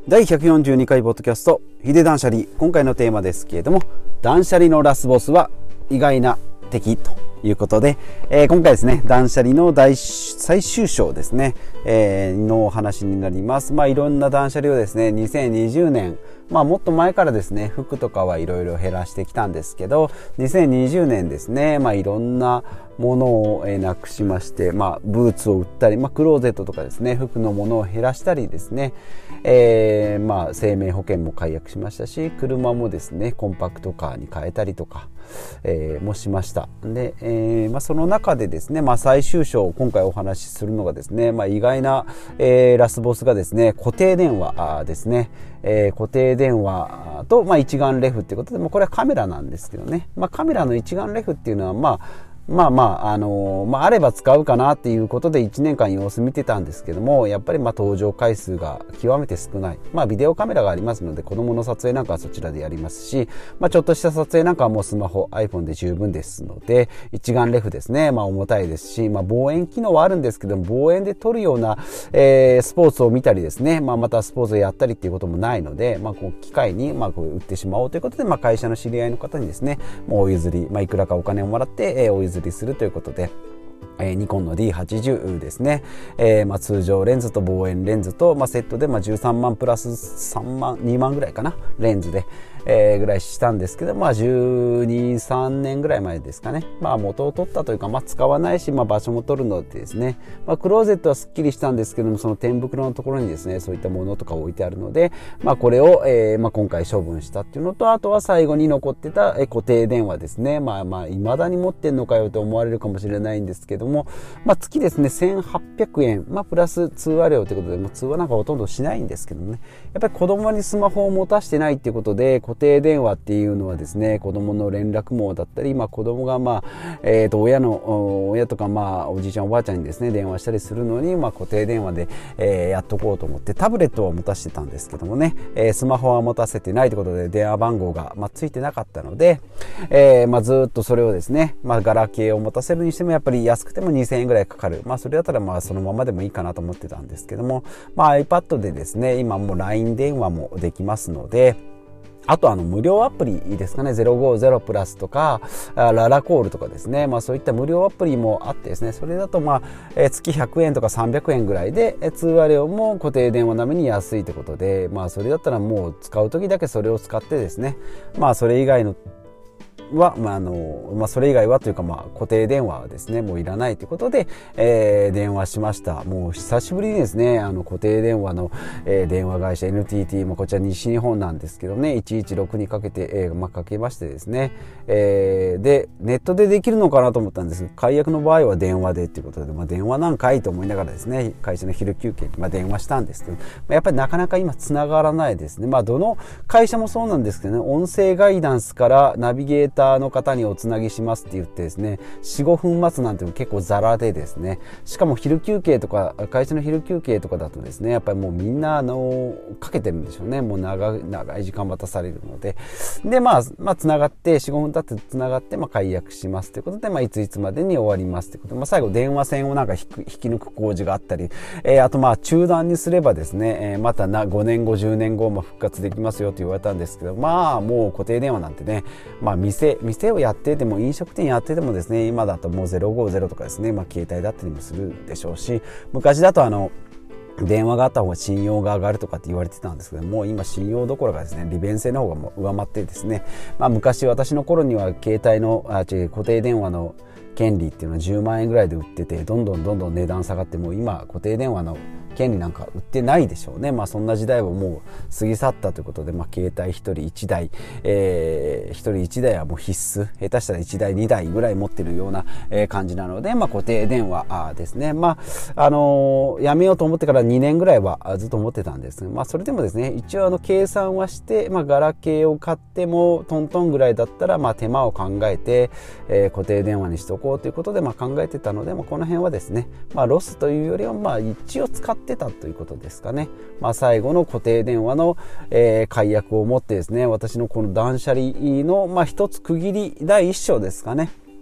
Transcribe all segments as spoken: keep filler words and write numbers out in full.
だいひゃくよんじゅうにかいポッドキャストヒデ断捨離。今回のテーマですけれども、断捨離のラスボスは意外な敵ということで、えー、今回ですね、断捨離の大最終章ですね、えー、のお話になります。まあいろんな断捨離をですね、にせんにじゅうねん、まあもっと前からですね、服とかはいろいろ減らしてきたんですけど、にせんにじゅうねんですね、まあいろんなものをなくしまして、まあブーツを売ったり、まあクローゼットとかですね、服のものを減らしたりですね、えー、まあ生命保険も解約しましたし、車もですね、コンパクトカーに変えたりとか、えー、もしました。で、えー、まあその中でですね、まあ最終章、今回お話しするのがですね、まあ意外な、えー、ラスボスがですね、固定電話ですね、えー、固定電話と、まあ、一眼レフっていうことで、まあ、これはカメラなんですけどね、まあ、カメラの一眼レフっていうのは、まあまあまあ、あのー、まあ、あれば使うかなっていうことでいちねんかん様子見てたんですけども、やっぱりまあ登場回数が極めて少ない。まあ、ビデオカメラがありますので、子供の撮影なんかはそちらでやりますし、まあ、ちょっとした撮影なんかはもうスマホ、iPhone で十分ですので、一眼レフですね、まあ、重たいですし、まあ、望遠機能はあるんですけども、望遠で撮るような、えー、スポーツを見たりですね、まあ、またスポーツをやったりっていうこともないので、まあ、こう機械に、まあ、こう売ってしまおうということで、まあ、会社の知り合いの方にですね、もうお譲り、まあ、いくらかお金をもらって、えー、お譲りするということで、えー、ニコンの ディーはちじゅう ですね、えーまあ、通常レンズと望遠レンズと、まあ、セットでまあじゅうさんまんプラスさんまんにまんぐらいかな、レンズで、えー、ぐらいしたんですけど、まあ、じゅうに、さんねんぐらい前ですかね、まあ、元を取ったというか、まあ、使わないし、まあ、場所も取るのでですね、まあ、クローゼットはすっきりしたんですけども、その天袋のところにですね、そういったものとか置いてあるので、まあ、これを、えーまあ、今回処分したっていうのと、あとは最後に残ってた、えー、固定電話ですね、まあまあ未だに持ってんのかよと思われるかもしれないんですけども、まあ、月ですねせんはっぴゃくえん、まあ、プラス通話料ということで、もう通話なんかほとんどしないんですけどね、やっぱり子供にスマホを持たしてないっていうことで、固定電話っていうのはですね、子供の連絡網だったり、まあ、子供がまあ、えー、と親の親とか、まあおじいちゃんおばあちゃんにですね電話したりするのに、まあ、固定電話で、えー、やっとこうと思ってタブレットは持たせてたんですけどもね、えー、スマホは持たせてないということで電話番号が、まあ、ついてなかったので、えーまあ、ずっとそれをですね、まあ、ガラケーを持たせるにしてもやっぱり安くてもにせんえんぐらいかかる、まあ、それだったらまあそのままでもいいかなと思ってたんですけども、まあ、iPad でですね今もう ライン 電話もできますので、あとあの無料アプリですかね、ゼロごゼロプラスとかララコールとかですね、まあそういった無料アプリもあってですね、それだとまあ、えー、月ひゃくえんとかさんびゃくえんぐらいで、えー、通話料も固定電話並みに安いということで、まあそれだったらもう使う時だけそれを使ってですね、まあそれ以外のは、まああのまあ、それ以外はというか、まあ、固定電話はですねもういらないということで、えー、電話しました。もう久しぶりにですね、あの固定電話の、えー、電話会社 エヌティーティー、まあ、こちら西日本なんですけどね、いちいちろくにかけて、えーまあ、かけましてですね、えー、でネットでできるのかなと思ったんですが、解約の場合は電話でということで、まあ、電話なんかいと思いながらですね、会社の昼休憩に、まあ、電話したんですけど、まあ、やっぱりなかなか今つながらないですね。まあどの会社もそうなんですけどね、音声ガイダンスからナビゲーターの方におつなぎしますって言ってですね、よん、ごふん待つなんていうの結構ザラでですね、しかも昼休憩とか会社の昼休憩とかだとですね、やっぱりもうみんなあのかけてるんでしょうね、もう長い長い時間待たされるので、でまあまあつながってよん、ごふん経ってつながって、まあ解約しますということで、まあいついつまでに終わりますということで、まあ最後電話線をなんか引く引き抜く工事があったり、えー、あとまあ中断にすればですね、えー、またなごねんごじゅうねんごも復活できますよと言われたんですけど、まあもう固定電話なんてね、まあ店店をやってても飲食店やっててもですね、今だともうゼロごゼロとかですね、まあ、携帯だったりもするでしょうし、昔だとあの電話があった方が信用が上がるとかって言われてたんですけども、今信用どころかですね、利便性の方がもう上回ってですね、まあ、昔私の頃には携帯のあ違う固定電話の権利っていうのはじゅうまんえんぐらいで売ってて、どんどんどんどん値段下がって、もう今固定電話の権利なんか売ってないでしょうね。まあそんな時代はもう過ぎ去ったということで、まあ携帯一人一台、えー、一人一台はもう必須、下手したら一台二台ぐらい持ってるような感じなので、まあ固定電話ですね。まああのー、やめようと思ってからにねんぐらいはずっと思ってたんですが、まあそれでもですね、一応あの計算はして、まあガラケーを買ってもトントンぐらいだったら、まあ手間を考えて、えー、固定電話にしとこうということで、まあ考えてたので、まあこの辺はですね、まあロスというよりは、まあ一応使ってたということですかね。まあ、最後の固定電話の、えー、解約をもってですね、私のこの断捨離の、まあ、一つ区切り第一章ですかね。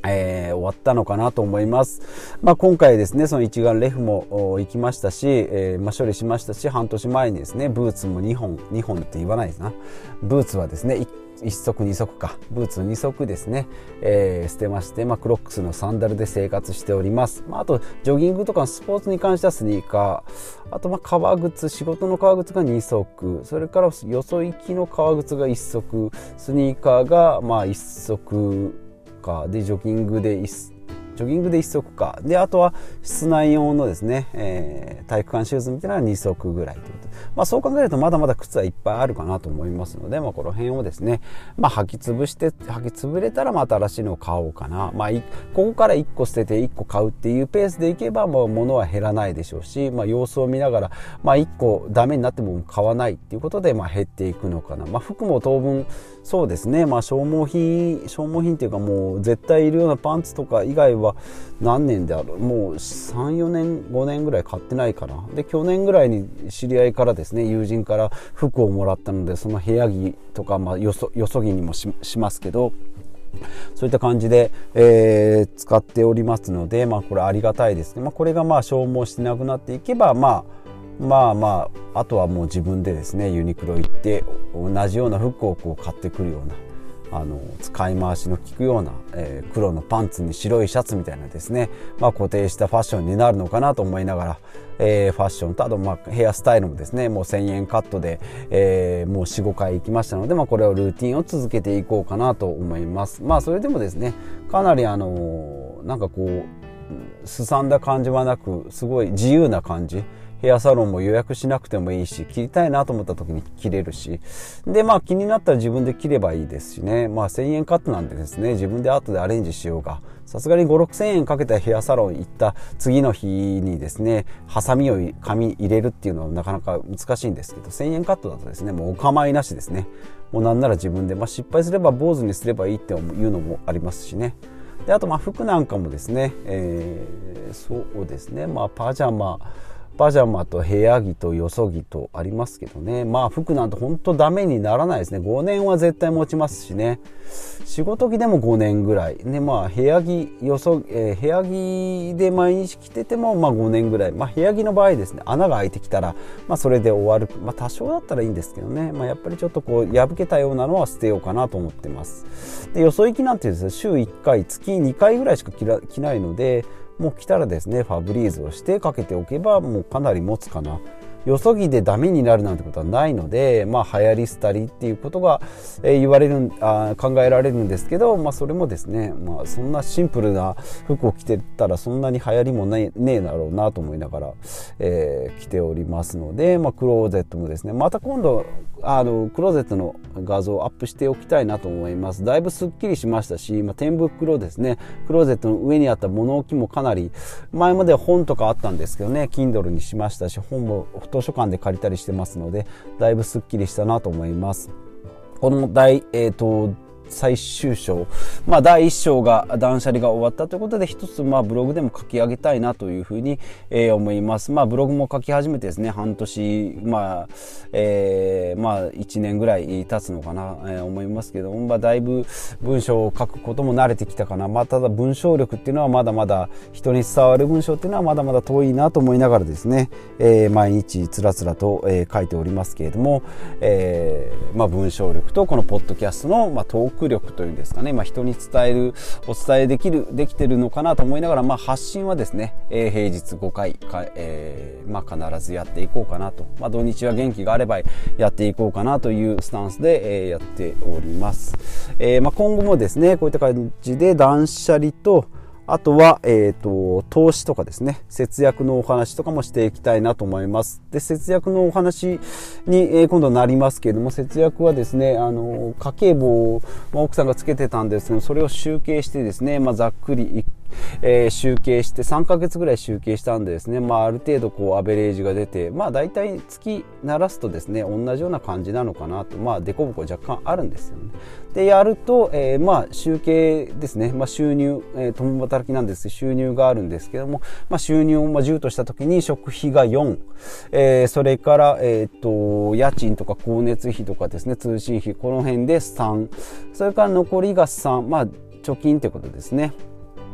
えー、終わったのかなと思います。まあ、今回ですね、その一眼レフも行きましたし、えーまあ、処理しましたし、半年前にですね、ブーツもにほん、にほんって言わないですな。ブーツはですね、いっそくにそくか、ブーツにそくですね、えー、捨てまして、まあ、クロックスのサンダルで生活しております。まあ、あと、ジョギングとかスポーツに関してはスニーカー、あと、まあ、革靴、仕事の革靴がにそく、それからよそ行きの革靴がいっそく、スニーカーがまあいっそく、でジョギングでジョギングでいっそくかで、あとは室内用のですね、えー、体育館シューズみたいなのはにそくぐらいということで、まあ、そう考えるとまだまだ靴はいっぱいあるかなと思いますので、まあ、この辺をですね、まあ、履き潰して履き潰れたらまた新しいのを買おうかな、まあ、ここからいっこ捨てていっこ買うっていうペースでいけば、まあ、物は減らないでしょうし、まあ、様子を見ながら、まあ、いっこダメになっても買わないっていうことで、まあ、減っていくのかな、まあ、服も当分そうですね、まあ、消耗品消耗品っていうかもう絶対いるようなパンツとか以外は何年であるもうさん、よねん、ごねんぐらい買ってないかな。で去年ぐらいに知り合いからですね、友人から服をもらったので、その部屋着とか、まあ、よそよそ着にも し, しますけど、そういった感じで、えー、使っておりますので、まあ、これありがたいですね。まあ、これがまあ消耗してなくなっていけば、まあまあまああとはもう自分でですね、ユニクロ行って同じような服をこう買ってくるような、あの使い回しの効くような、えー、黒のパンツに白いシャツみたいなですね、まあ、固定したファッションになるのかなと思いながら、えー、ファッションとあと、まあ、ヘアスタイルもですね、もうせんえんカットで、えー、もう よん、ごかい行きましたので、まあ、これをルーティンを続けていこうかなと思います。まあそれでもですね、かなりあのなんかこうすさんだ感じはなく、すごい自由な感じ。ヘアサロンも予約しなくてもいいし、切りたいなと思った時に切れるし、でまあ気になったら自分で切ればいいですしね。まあせんえんカットなんでですね、自分で後でアレンジしようが、さすがにご、ろくせんえんかけてヘアサロン行った次の日にですね、ハサミを髪入れるっていうのはなかなか難しいんですけど、せんえんカットだとですね、もうお構いなしですね。もうなんなら自分で、まあ、失敗すれば坊主にすればいいっていうのもありますしね。であとまあ服なんかもですね、えー、そうですね、まあパジャマパジャマと部屋着とよそ着とありますけどね。まあ服なんて本当ダメにならないですね。ごねんは絶対持ちますしね。仕事着でもごねんぐらい。ね、まあ部屋着、よそ、えー、部屋着で毎日着ててもまあごねんぐらい。まあ部屋着の場合ですね、穴が開いてきたら、まあそれで終わる。まあ多少だったらいいんですけどね。まあやっぱりちょっとこう破けたようなのは捨てようかなと思ってます。で、よそ行きなんてですね、週いっかい、月にかいぐらいしか着ら、着ないので、もう来たらですね、ファブリーズをしてかけておけばもうかなり持つかな。よそ着でダメになるなんてことはないので、まあ流行り廃りっていうことが、えー、言われるあ考えられるんですけど、まあそれもですね、まあそんなシンプルな服を着てたらそんなに流行りもねねえだろうなと思いながら、えー、着ておりますので、まあクローゼットもですね、また今度あのクローゼットの画像をアップしておきたいなと思います。だいぶすっきりしましたし、まあ、天袋ですね、クローゼットの上にあった物置もかなり、前までは本とかあったんですけどね、Kindle にしましたし、本も図書館で借りたりしてますので、だいぶすっきりしたなと思います。この大、えーと最終章、まあだいいっ章が断捨離が終わったということで、一つまあブログでも書き上げたいなというふうに、えー、思います。まあブログも書き始めてですね、半年、まあ、えー、まあいちねんぐらい経つのかな、えー、思いますけども、まあだいぶ文章を書くことも慣れてきたかな。まあただ文章力っていうのはまだまだ、人に伝わる文章っていうのはまだまだ遠いなと思いながらですね、えー、毎日つらつらと、えー、書いておりますけれども、えー、まあ文章力とこのポッドキャストの、まあ、トーク力というんですかね、まあ、人に伝えるお伝えできるできてるのかなと思いながら、まあ、発信はですね、えー、平日ごかいか、えーまあ、必ずやっていこうかなと、まあ、土日は元気があればやっていこうかなというスタンスで、えー、やっております。えーまあ、今後もですね、こういった感じで断捨離と、あとは、えっと、投資とかですね、節約のお話とかもしていきたいなと思います。で、節約のお話に、えー、今度なりますけれども、節約はですね、あの、家計簿を、まあ、奥さんがつけてたんですけど、それを集計してですね、まあ、ざっくり、えー、集計してさんかげつぐらい集計したんでですね、まあ、ある程度こうアベレージが出て、まあ大体月ならすとですね、同じような感じなのかなと、まあデコボコ若干あるんですよね。でやると、えー、まあ集計ですね、まあ、収入、えー、共働きなんですけど収入があるんですけども、まあ、収入をじゅうとした時に食費がよん、えー、それから、えー、と家賃とか光熱費とかですね、通信費この辺でさん、それから残りがさん、まあ貯金ということですね。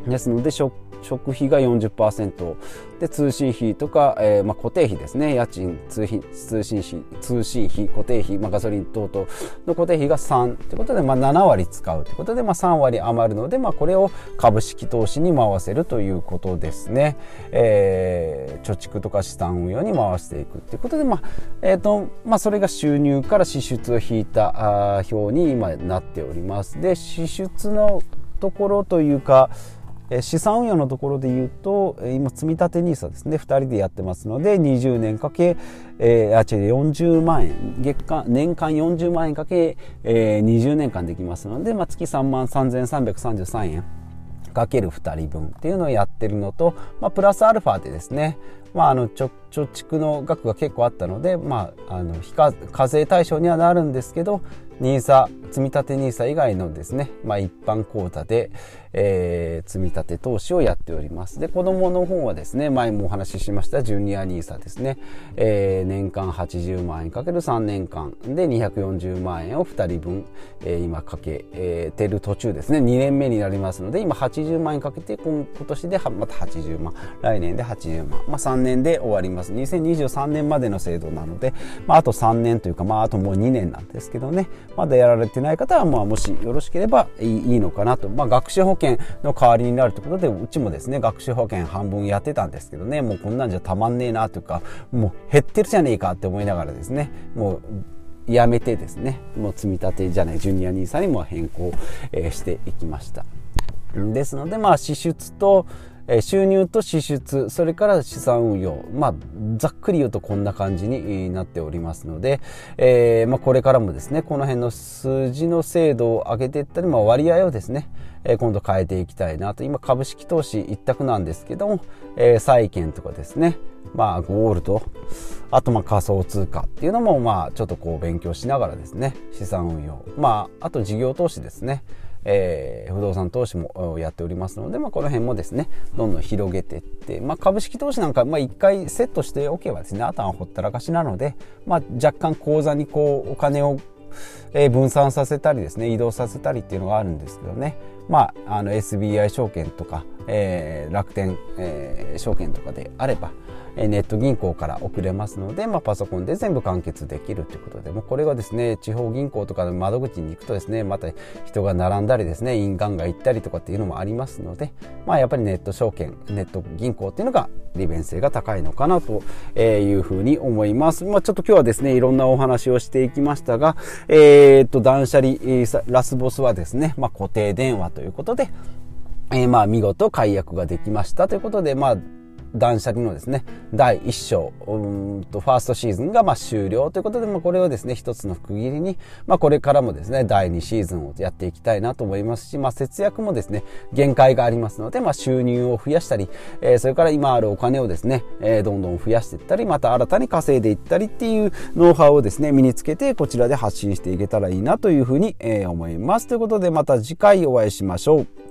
ですので食食費が よんじゅっパーセント で、通信費とか、えーまあ、固定費ですね、家賃、通費、通信費、通信費、固定費、まあ、ガソリン等々の固定費がさんということで、まあ、ななわり使うということで、まあ、さんわり余るので、まあ、これを株式投資に回せるということですね。えー、貯蓄とか資産運用に回していくということで、まあえーとまあ、それが収入から支出を引いたあ表に今なっております。で、支出のところというか、資産運用のところで言うと、今積み立て ニーサ ですね、ふたりでやってますので、にじゅうねんかけ、えー、あ違うよんじゅうまんえん、月間年間よんじゅうまんえんかけ、えー、にじゅうねんかんできますので、まあ、月さんまんさんぜんさんびゃくさんじゅうさんえんかけるふたりぶんっていうのをやってるのと、まあ、プラスアルファでですね、まあ、あの貯蓄の額が結構あったので、まあ、あの非課課税対象にはなるんですけど、ニーサ、積み立て ニーサ 以外のですね、まあ、一般口座で、えー、積み立て投資をやっております。で、子供の方はですね、前もお話ししましたジュニア ニーサ ですね、えー、年間はちじゅうまんえんかけるさんねんかんでにひゃくよんじゅうまんえんをふたりぶん、えー、今かけ、えー、てる途中ですね。にねんめになりますので、今はちじゅうまんえんかけて、今年でまたはちじゅうまん、来年ではちじゅうまん、まあ、さんねんで終わります。にせんにじゅうさんねんまでの制度なので、まあ、あとさんねんというか、まあ、あともうにねんなんですけどね、まだやられてない方は、まあ、もしよろしければいい、いいのかなと。まあ、学習保険の代わりになるということで、うちもですね、学習保険半分やってたんですけどね、もうこんなんじゃたまんねえなというか、もう減ってるじゃねえかって思いながらですね、もうやめてですね、もう積み立てじゃないジュニア ニーサ にも変更、えー、していきました。ですので、まあ、支出と収入と支出、それから資産運用、まあ、ざっくり言うとこんな感じになっておりますので、えーまあ、これからもですね、この辺の数字の精度を上げていったり、まあ、割合をですね、えー、今度変えていきたいなと。今株式投資一択なんですけども、えー、債券とかですね、まあ、ゴールド、あとまあ仮想通貨っていうのも、まあちょっとこう勉強しながらですね、資産運用、まああと事業投資ですね、えー、不動産投資もやっておりますので、まあ、この辺もですねどんどん広げていって、まあ、株式投資なんかまあ一回セットしておけばですね、あとはほったらかしなので、まあ、若干口座にこうお金を分散させたりですね、移動させたりっていうのがあるんですけどね、まあ、あの エスビーアイ 証券とか、えー、楽天、えー、証券とかであればネット銀行から送れますので、まあ、パソコンで全部完結できるということで、もうこれがですね、地方銀行とかの窓口に行くとですね、また人が並んだりですね、印鑑が行ったりとかっていうのもありますので、まあ、やっぱりネット証券、ネット銀行っていうのが利便性が高いのかなというふうに思います。まあ、ちょっと今日はですね、いろんなお話をしていきましたが、えー、っと断捨離ラスボスはですね、まあ、固定電話ということで、えー、まあ見事解約ができましたということで、まあ断捨離のですねだいいっ章、うんとファーストシーズンがまあ終了ということで、まあ、これをですね一つの区切りに、まあ、これからもですねだいにシーズンをやっていきたいなと思いますし、まあ、節約もですね限界がありますので、まあ、収入を増やしたり、えー、それから今あるお金をですね、えー、どんどん増やしていったり、また新たに稼いでいったりっていうノウハウをですね身につけてこちらで発信していけたらいいなというふうに、えー、思います。ということでまた次回お会いしましょう。